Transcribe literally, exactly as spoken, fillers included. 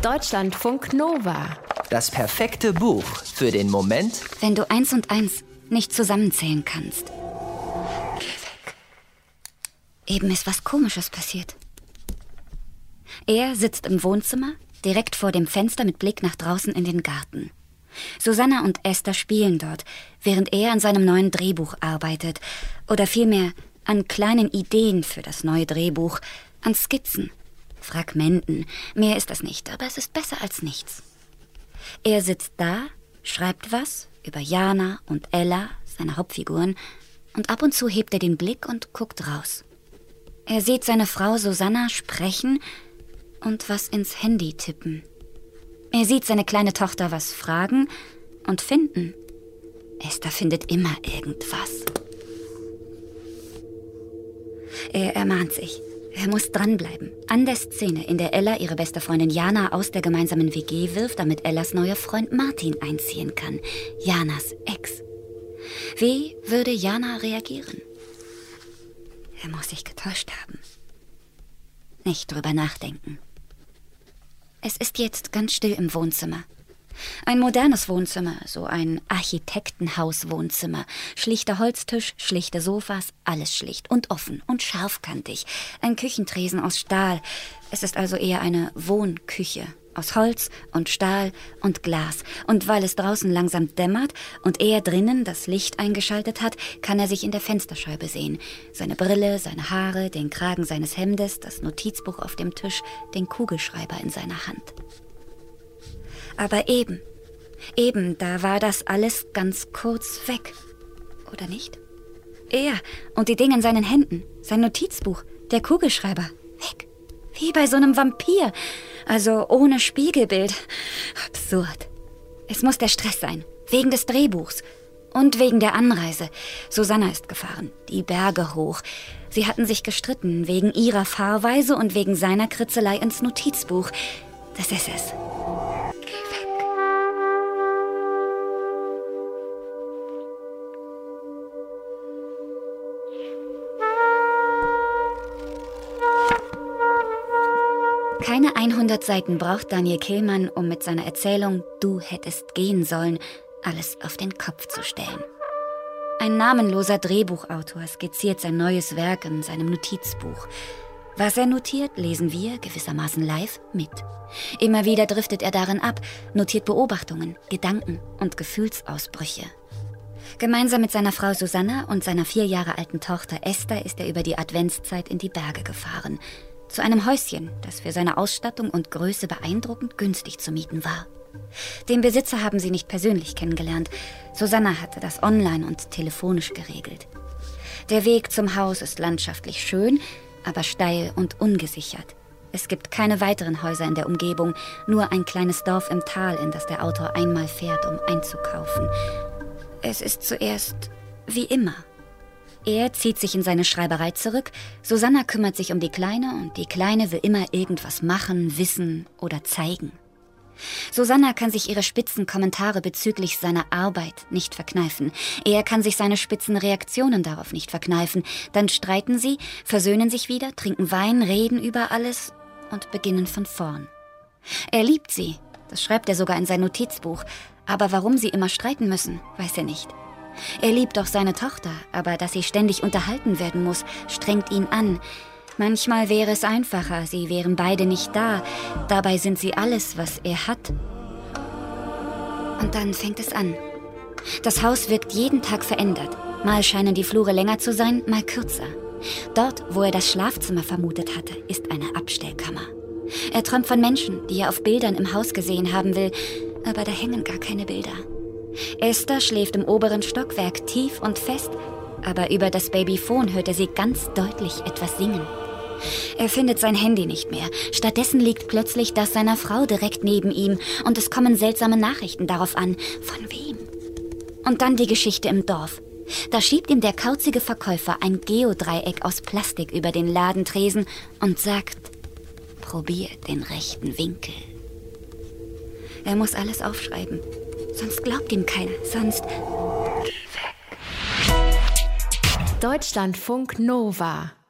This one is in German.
Deutschlandfunk Nova. Das perfekte Buch für den Moment, wenn du eins und eins nicht zusammenzählen kannst. Geh weg. Eben ist was Komisches passiert. Er sitzt im Wohnzimmer, direkt vor dem Fenster mit Blick nach draußen in den Garten. Susanna und Esther spielen dort, während er an seinem neuen Drehbuch arbeitet. Oder vielmehr an kleinen Ideen für das neue Drehbuch, an Skizzen, Fragmenten. Mehr ist das nicht, aber es ist besser als nichts. Er sitzt da, schreibt was über Jana und Ella, seine Hauptfiguren, und ab und zu hebt er den Blick und guckt raus. Er sieht seine Frau Susanna sprechen und was ins Handy tippen. Er sieht seine kleine Tochter was fragen und finden. Esther findet immer irgendwas. Er ermahnt sich. Er muss dranbleiben. An der Szene, in der Ella ihre beste Freundin Jana aus der gemeinsamen W G wirft, damit Ellas neuer Freund Martin einziehen kann. Janas Ex. Wie würde Jana reagieren? Er muss sich getäuscht haben. Nicht drüber nachdenken. Es ist jetzt ganz still im Wohnzimmer. Ein modernes Wohnzimmer, so ein Architektenhaus-Wohnzimmer. Schlichter Holztisch, schlichte Sofas, alles schlicht und offen und scharfkantig. Ein Küchentresen aus Stahl. Es ist also eher eine Wohnküche. Aus Holz und Stahl und Glas. Und weil es draußen langsam dämmert und er drinnen das Licht eingeschaltet hat, kann er sich in der Fensterscheibe sehen. Seine Brille, seine Haare, den Kragen seines Hemdes, das Notizbuch auf dem Tisch, den Kugelschreiber in seiner Hand. Aber eben, eben, da war das alles ganz kurz weg. Oder nicht? Er und die Dinge in seinen Händen, sein Notizbuch, der Kugelschreiber, weg. Wie bei so einem Vampir. Also ohne Spiegelbild. Absurd. Es muss der Stress sein. Wegen des Drehbuchs. Und wegen der Anreise. Susanna ist gefahren. Die Berge hoch. Sie hatten sich gestritten. Wegen ihrer Fahrweise und wegen seiner Kritzelei ins Notizbuch. Das ist es. Keine hundert Seiten braucht Daniel Kehlmann, um mit seiner Erzählung »Du hättest gehen sollen« alles auf den Kopf zu stellen. Ein namenloser Drehbuchautor skizziert sein neues Werk in seinem Notizbuch. Was er notiert, lesen wir gewissermaßen live mit. Immer wieder driftet er darin ab, notiert Beobachtungen, Gedanken und Gefühlsausbrüche. Gemeinsam mit seiner Frau Susanna und seiner vier Jahre alten Tochter Esther ist er über die Adventszeit in die Berge gefahren. Zu einem Häuschen, das für seine Ausstattung und Größe beeindruckend günstig zu mieten war. Den Besitzer haben sie nicht persönlich kennengelernt. Susanna hatte das online und telefonisch geregelt. Der Weg zum Haus ist landschaftlich schön, aber steil und ungesichert. Es gibt keine weiteren Häuser in der Umgebung, nur ein kleines Dorf im Tal, in das der Autor einmal fährt, um einzukaufen. Es ist zuerst wie immer. Er zieht sich in seine Schreiberei zurück, Susanna kümmert sich um die Kleine und die Kleine will immer irgendwas machen, wissen oder zeigen. Susanna kann sich ihre spitzen Kommentare bezüglich seiner Arbeit nicht verkneifen. Er kann sich seine spitzen Reaktionen darauf nicht verkneifen. Dann streiten sie, versöhnen sich wieder, trinken Wein, reden über alles und beginnen von vorn. Er liebt sie, das schreibt er sogar in sein Notizbuch, aber warum sie immer streiten müssen, weiß er nicht. Er liebt auch seine Tochter, aber dass sie ständig unterhalten werden muss, strengt ihn an. Manchmal wäre es einfacher, sie wären beide nicht da. Dabei sind sie alles, was er hat. Und dann fängt es an. Das Haus wirkt jeden Tag verändert. Mal scheinen die Flure länger zu sein, mal kürzer. Dort, wo er das Schlafzimmer vermutet hatte, ist eine Abstellkammer. Er träumt von Menschen, die er auf Bildern im Haus gesehen haben will, aber da hängen gar keine Bilder. Esther schläft im oberen Stockwerk tief und fest, aber über das Babyphone hört er sie ganz deutlich etwas singen. Er findet sein Handy nicht mehr. Stattdessen liegt plötzlich das seiner Frau direkt neben ihm und es kommen seltsame Nachrichten darauf an. Von wem? Und dann die Geschichte im Dorf. Da schiebt ihm der kauzige Verkäufer ein Geodreieck aus Plastik über den Ladentresen und sagt, probier den rechten Winkel. Er muss alles aufschreiben. Sonst glaubt ihm keiner, sonst... Deutschlandfunk Nova.